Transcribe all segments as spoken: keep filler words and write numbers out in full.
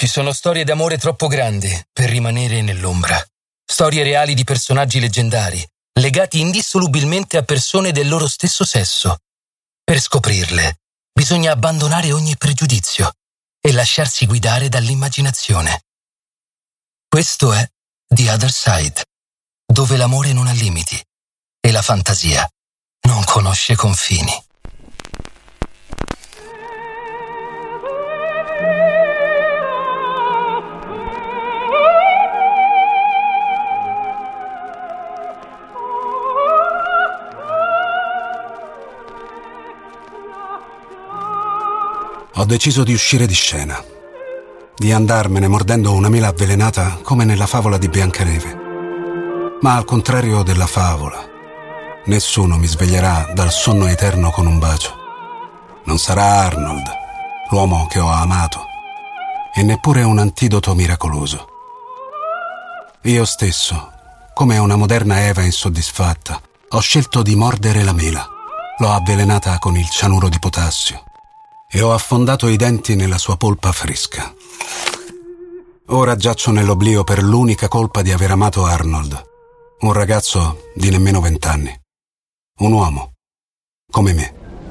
Ci sono storie d'amore troppo grandi per rimanere nell'ombra. Storie reali di personaggi leggendari, legati indissolubilmente a persone del loro stesso sesso. Per scoprirle, bisogna abbandonare ogni pregiudizio e lasciarsi guidare dall'immaginazione. Questo è The Other Side, dove l'amore non ha limiti e la fantasia non conosce confini. Ho deciso di uscire di scena, di andarmene mordendo una mela avvelenata come nella favola di Biancaneve. Ma al contrario della favola, nessuno mi sveglierà dal sonno eterno con un bacio. Non sarà Arnold, l'uomo che ho amato, e neppure un antidoto miracoloso. Io stesso, come una moderna Eva insoddisfatta, ho scelto di mordere la mela. L'ho avvelenata con il cianuro di potassio e ho affondato i denti nella sua polpa fresca. Ora giaccio nell'oblio per l'unica colpa di aver amato Arnold, un ragazzo di nemmeno vent'anni, un uomo come me.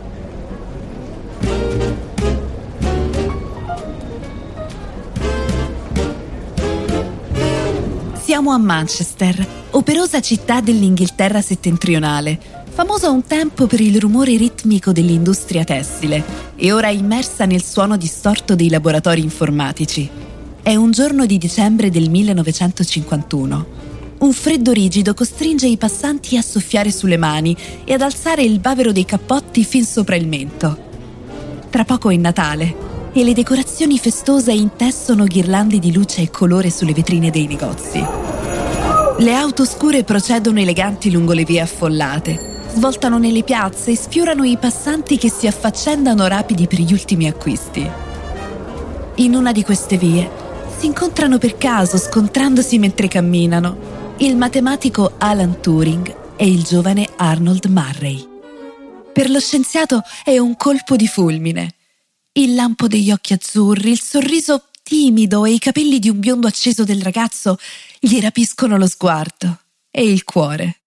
Siamo a Manchester, operosa città dell'Inghilterra settentrionale, famosa un tempo per il rumore ritmico dell'industria tessile e ora immersa nel suono distorto dei laboratori informatici. È un giorno di dicembre del millenovecentocinquantuno. Un freddo rigido costringe i passanti a soffiare sulle mani e ad alzare il bavero dei cappotti fin sopra il mento. Tra poco è Natale e le decorazioni festose intessono ghirlande di luce e colore sulle vetrine dei negozi. Le auto scure procedono eleganti lungo le vie affollate, svoltano nelle piazze e sfiorano i passanti che si affaccendano rapidi per gli ultimi acquisti. In una di queste vie si incontrano per caso, scontrandosi mentre camminano, il matematico Alan Turing e il giovane Arnold Murray. Per lo scienziato è un colpo di fulmine. Il lampo degli occhi azzurri, il sorriso timido e i capelli di un biondo acceso del ragazzo gli rapiscono lo sguardo e il cuore.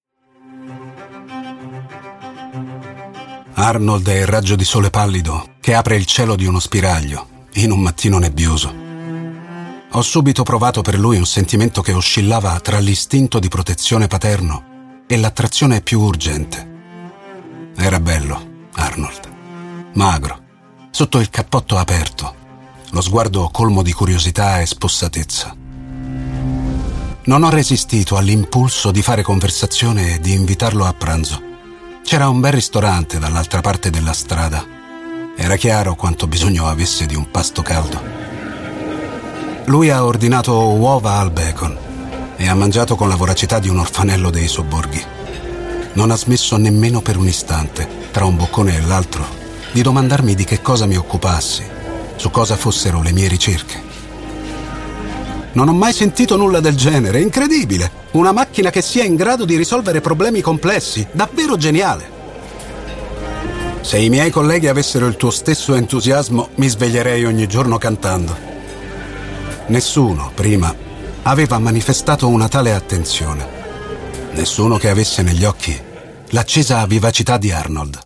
Arnold è il raggio di sole pallido che apre il cielo di uno spiraglio in un mattino nebbioso. Ho subito provato per lui un sentimento che oscillava tra l'istinto di protezione paterno e l'attrazione più urgente. Era bello, Arnold. Magro, sotto il cappotto aperto, lo sguardo colmo di curiosità e spossatezza. Non ho resistito all'impulso di fare conversazione e di invitarlo a pranzo. C'era un bel ristorante dall'altra parte della strada. Era chiaro quanto bisogno avesse di un pasto caldo. Lui ha ordinato uova al bacon e ha mangiato con la voracità di un orfanello dei sobborghi. Non ha smesso nemmeno per un istante, tra un boccone e l'altro, di domandarmi di che cosa mi occupassi, su cosa fossero le mie ricerche. Non ho mai sentito nulla del genere, incredibile! Una macchina che sia in grado di risolvere problemi complessi, davvero geniale! Se i miei colleghi avessero il tuo stesso entusiasmo, mi sveglierei ogni giorno cantando. Nessuno, prima, aveva manifestato una tale attenzione. Nessuno che avesse negli occhi l'accesa vivacità di Arnold.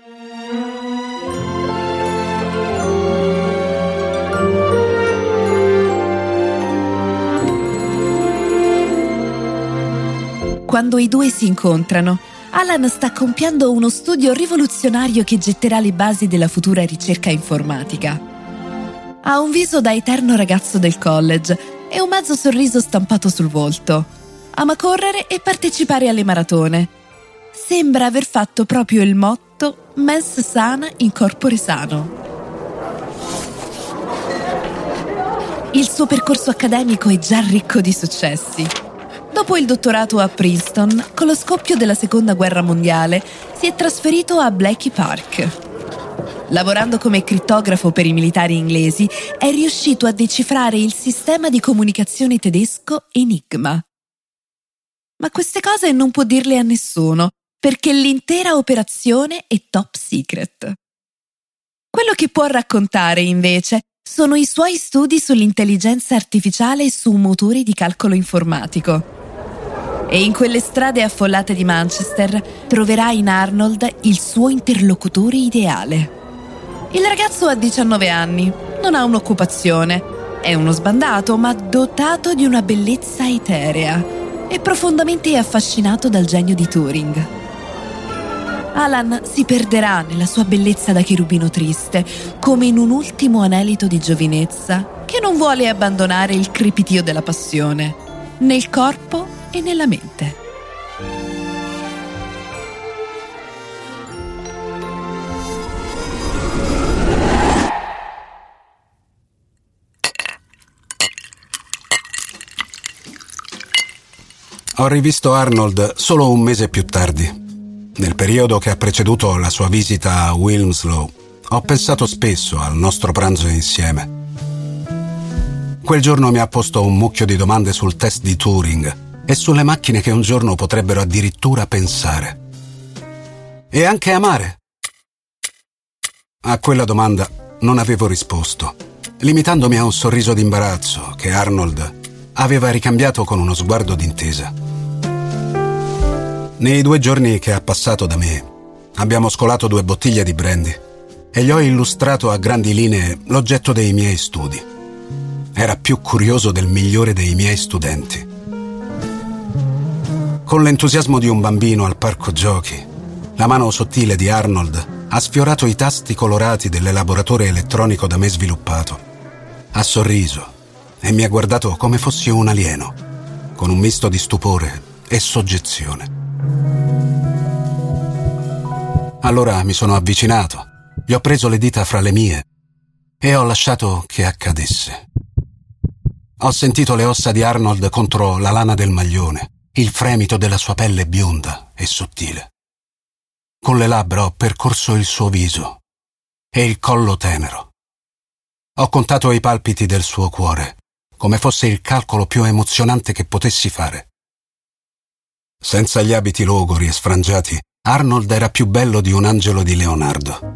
Quando i due si incontrano, Alan sta compiendo uno studio rivoluzionario che getterà le basi della futura ricerca informatica. Ha un viso da eterno ragazzo del college e un mezzo sorriso stampato sul volto. Ama correre e partecipare alle maratone. Sembra aver fatto proprio il motto mens sana in corpore sano. Il suo percorso accademico è già ricco di successi. Dopo il dottorato a Princeton, con lo scoppio della Seconda Guerra Mondiale, si è trasferito a Bletchley Park. Lavorando come crittografo per i militari inglesi, è riuscito a decifrare il sistema di comunicazione tedesco Enigma. Ma queste cose non può dirle a nessuno, perché l'intera operazione è top secret. Quello che può raccontare, invece, sono i suoi studi sull'intelligenza artificiale e su motori di calcolo informatico. E in quelle strade affollate di Manchester troverà in Arnold il suo interlocutore ideale. Il ragazzo ha diciannove anni, non ha un'occupazione, è uno sbandato ma dotato di una bellezza eterea e profondamente affascinato dal genio di Turing. Alan si perderà nella sua bellezza da cherubino triste, come in un ultimo anelito di giovinezza che non vuole abbandonare il crepitio della passione, nel corpo e nella mente. Ho rivisto Arnold solo un mese più tardi. Nel periodo che ha preceduto la sua visita a Wilmslow, ho pensato spesso al nostro pranzo insieme. Quel giorno mi ha posto un mucchio di domande sul test di Turing e sulle macchine che un giorno potrebbero addirittura pensare. E anche amare? A quella domanda non avevo risposto, limitandomi a un sorriso d'imbarazzo che Arnold aveva ricambiato con uno sguardo d'intesa. Nei due giorni che ha passato da me, abbiamo scolato due bottiglie di brandy e gli ho illustrato a grandi linee l'oggetto dei miei studi. Era più curioso del migliore dei miei studenti. Con l'entusiasmo di un bambino al parco giochi, la mano sottile di Arnold ha sfiorato i tasti colorati dell'elaboratore elettronico da me sviluppato. Ha sorriso e mi ha guardato come fossi un alieno, con un misto di stupore e soggezione. Allora mi sono avvicinato, gli ho preso le dita fra le mie e ho lasciato che accadesse. Ho sentito le ossa di Arnold contro la lana del maglione, il fremito della sua pelle bionda e sottile. Con le labbra ho percorso il suo viso e il collo tenero. Ho contato i palpiti del suo cuore, come fosse il calcolo più emozionante che potessi fare. Senza gli abiti logori e sfrangiati, Arnold era più bello di un angelo di Leonardo.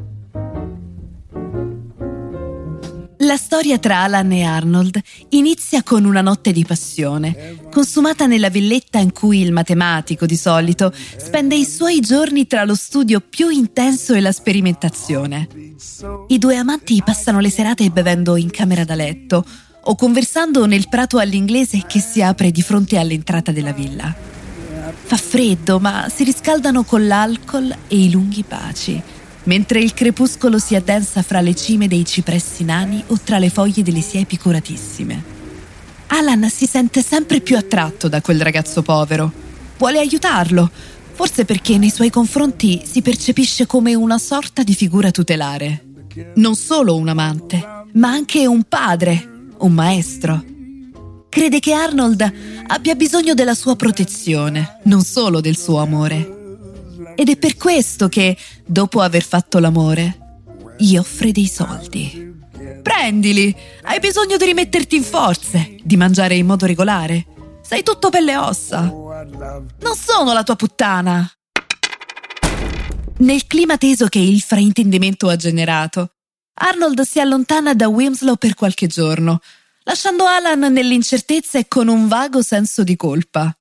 La storia tra Alan e Arnold inizia con una notte di passione, consumata nella villetta in cui il matematico, di solito, spende i suoi giorni tra lo studio più intenso e la sperimentazione. I due amanti passano le serate bevendo in camera da letto o conversando nel prato all'inglese che si apre di fronte all'entrata della villa. Fa freddo, ma si riscaldano con l'alcol e i lunghi baci, mentre il crepuscolo si addensa fra le cime dei cipressi nani o tra le foglie delle siepi curatissime. Alan si sente sempre più attratto da quel ragazzo povero. Vuole aiutarlo, forse perché nei suoi confronti si percepisce come una sorta di figura tutelare. Non solo un amante, ma anche un padre, un maestro. Crede che Arnold abbia bisogno della sua protezione, non solo del suo amore. Ed è per questo che, dopo aver fatto l'amore, gli offre dei soldi. Prendili! Hai bisogno di rimetterti in forze, di mangiare in modo regolare. Sei tutto pelle e ossa. Non sono la tua puttana! Nel clima teso che il fraintendimento ha generato, Arnold si allontana da Wilmslow per qualche giorno, lasciando Alan nell'incertezza e con un vago senso di colpa.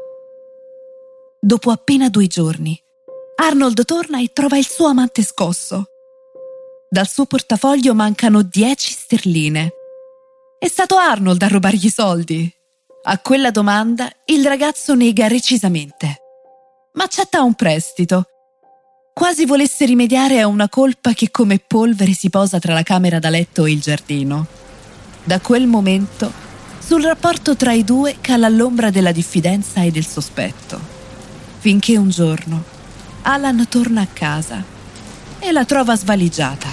Dopo appena due giorni, Arnold torna e trova il suo amante scosso. Dal suo portafoglio mancano dieci sterline. È stato Arnold a rubargli i soldi? A quella domanda il ragazzo nega recisamente, ma accetta un prestito. Quasi volesse rimediare a una colpa che come polvere si posa tra la camera da letto e il giardino. Da quel momento, sul rapporto tra i due cala l'ombra della diffidenza e del sospetto, finché un giorno Alan torna a casa e la trova svaligiata.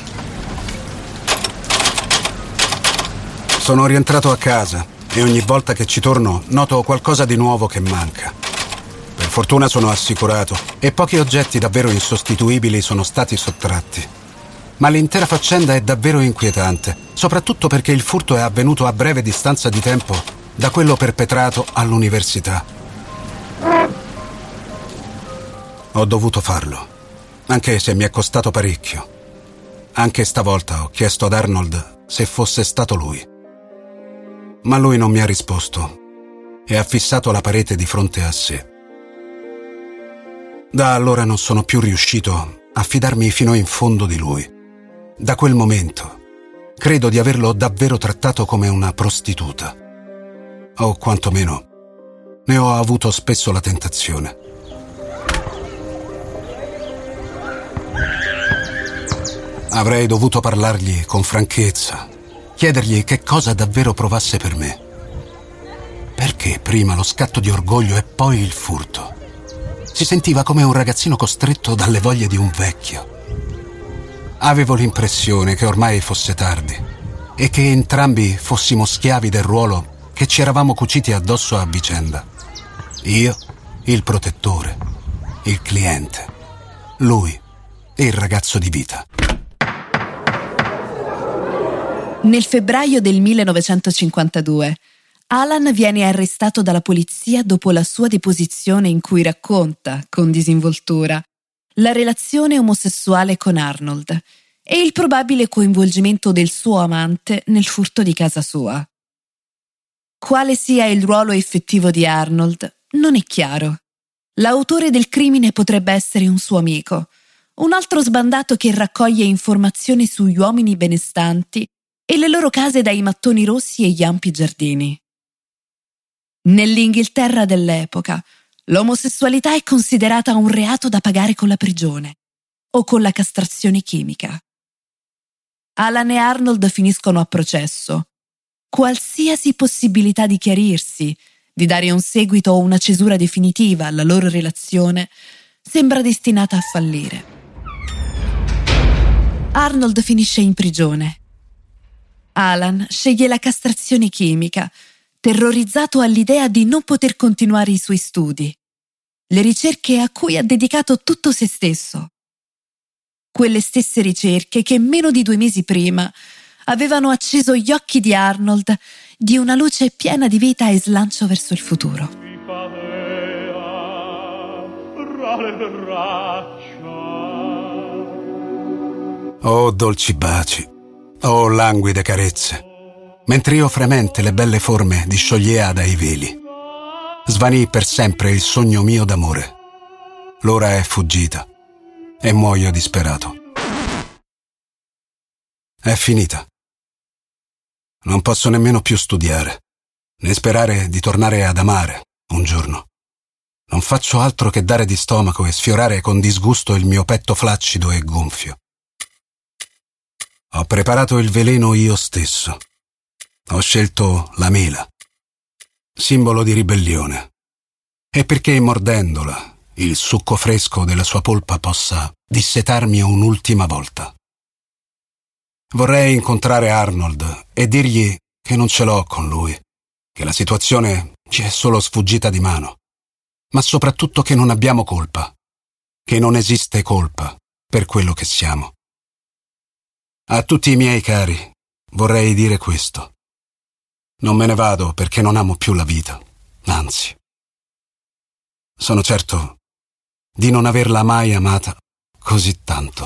Sono rientrato a casa e ogni volta che ci torno noto qualcosa di nuovo che manca. Per fortuna sono assicurato e pochi oggetti davvero insostituibili sono stati sottratti. Ma l'intera faccenda è davvero inquietante, soprattutto perché il furto è avvenuto a breve distanza di tempo da quello perpetrato all'università. Ho dovuto farlo, anche se mi è costato parecchio. Anche stavolta ho chiesto ad Arnold se fosse stato lui. Ma lui non mi ha risposto e ha fissato la parete di fronte a sé. Da allora non sono più riuscito a fidarmi fino in fondo di lui. Da quel momento credo di averlo davvero trattato come una prostituta. O quantomeno ne ho avuto spesso la tentazione. Avrei dovuto parlargli con franchezza, chiedergli che cosa davvero provasse per me. Perché prima lo scatto di orgoglio e poi il furto? Si sentiva come un ragazzino costretto dalle voglie di un vecchio. Avevo l'impressione che ormai fosse tardi e che entrambi fossimo schiavi del ruolo che ci eravamo cuciti addosso a vicenda. Io, il protettore, il cliente, lui, il ragazzo di vita. Nel febbraio del millenovecentocinquantadue, Alan viene arrestato dalla polizia dopo la sua deposizione in cui racconta, con disinvoltura, la relazione omosessuale con Arnold e il probabile coinvolgimento del suo amante nel furto di casa sua. Quale sia il ruolo effettivo di Arnold non è chiaro. L'autore del crimine potrebbe essere un suo amico, un altro sbandato che raccoglie informazioni sugli uomini benestanti e le loro case dai mattoni rossi e gli ampi giardini. Nell'Inghilterra dell'epoca, l'omosessualità è considerata un reato da pagare con la prigione o con la castrazione chimica. Alan e Arnold finiscono a processo. Qualsiasi possibilità di chiarirsi, di dare un seguito o una cesura definitiva alla loro relazione, sembra destinata a fallire. Arnold finisce in prigione. Alan sceglie la castrazione chimica, terrorizzato all'idea di non poter continuare i suoi studi, le ricerche a cui ha dedicato tutto se stesso. Quelle stesse ricerche che meno di due mesi prima avevano acceso gli occhi di Arnold di una luce piena di vita e slancio verso il futuro. Oh dolci baci, oh languide carezze, mentre io fremente le belle forme disciogliea dai veli. Svanì per sempre il sogno mio d'amore. L'ora è fuggita e muoio disperato. È finita. Non posso nemmeno più studiare, né sperare di tornare ad amare un giorno. Non faccio altro che dare di stomaco e sfiorare con disgusto il mio petto flaccido e gonfio. Ho preparato il veleno io stesso. Ho scelto la mela, simbolo di ribellione, e perché mordendola il succo fresco della sua polpa possa dissetarmi un'ultima volta. Vorrei incontrare Arnold e dirgli che non ce l'ho con lui, che la situazione ci è solo sfuggita di mano, ma soprattutto che non abbiamo colpa, che non esiste colpa per quello che siamo. A tutti i miei cari vorrei dire questo. Non me ne vado perché non amo più la vita, anzi. Sono certo di non averla mai amata così tanto.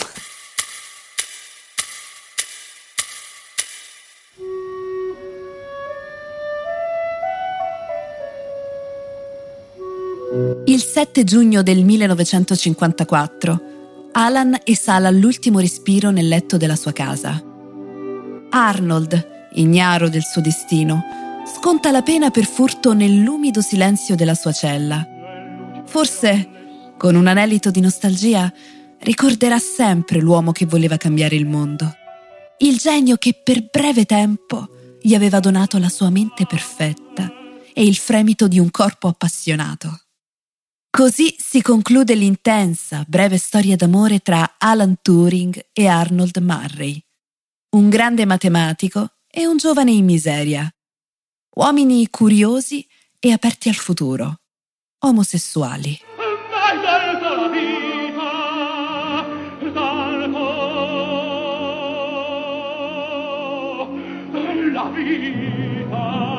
Il sette giugno del millenovecentocinquantaquattro, Alan esala l'ultimo respiro nel letto della sua casa. Arnold, ignaro del suo destino, sconta la pena per furto nell'umido silenzio della sua cella. Forse, con un anelito di nostalgia, ricorderà sempre l'uomo che voleva cambiare il mondo. Il genio che per breve tempo gli aveva donato la sua mente perfetta e il fremito di un corpo appassionato. Così si conclude l'intensa, breve storia d'amore tra Alan Turing e Arnold Murray, un grande matematico e un giovane in miseria. Uomini curiosi e aperti al futuro, omosessuali. La vita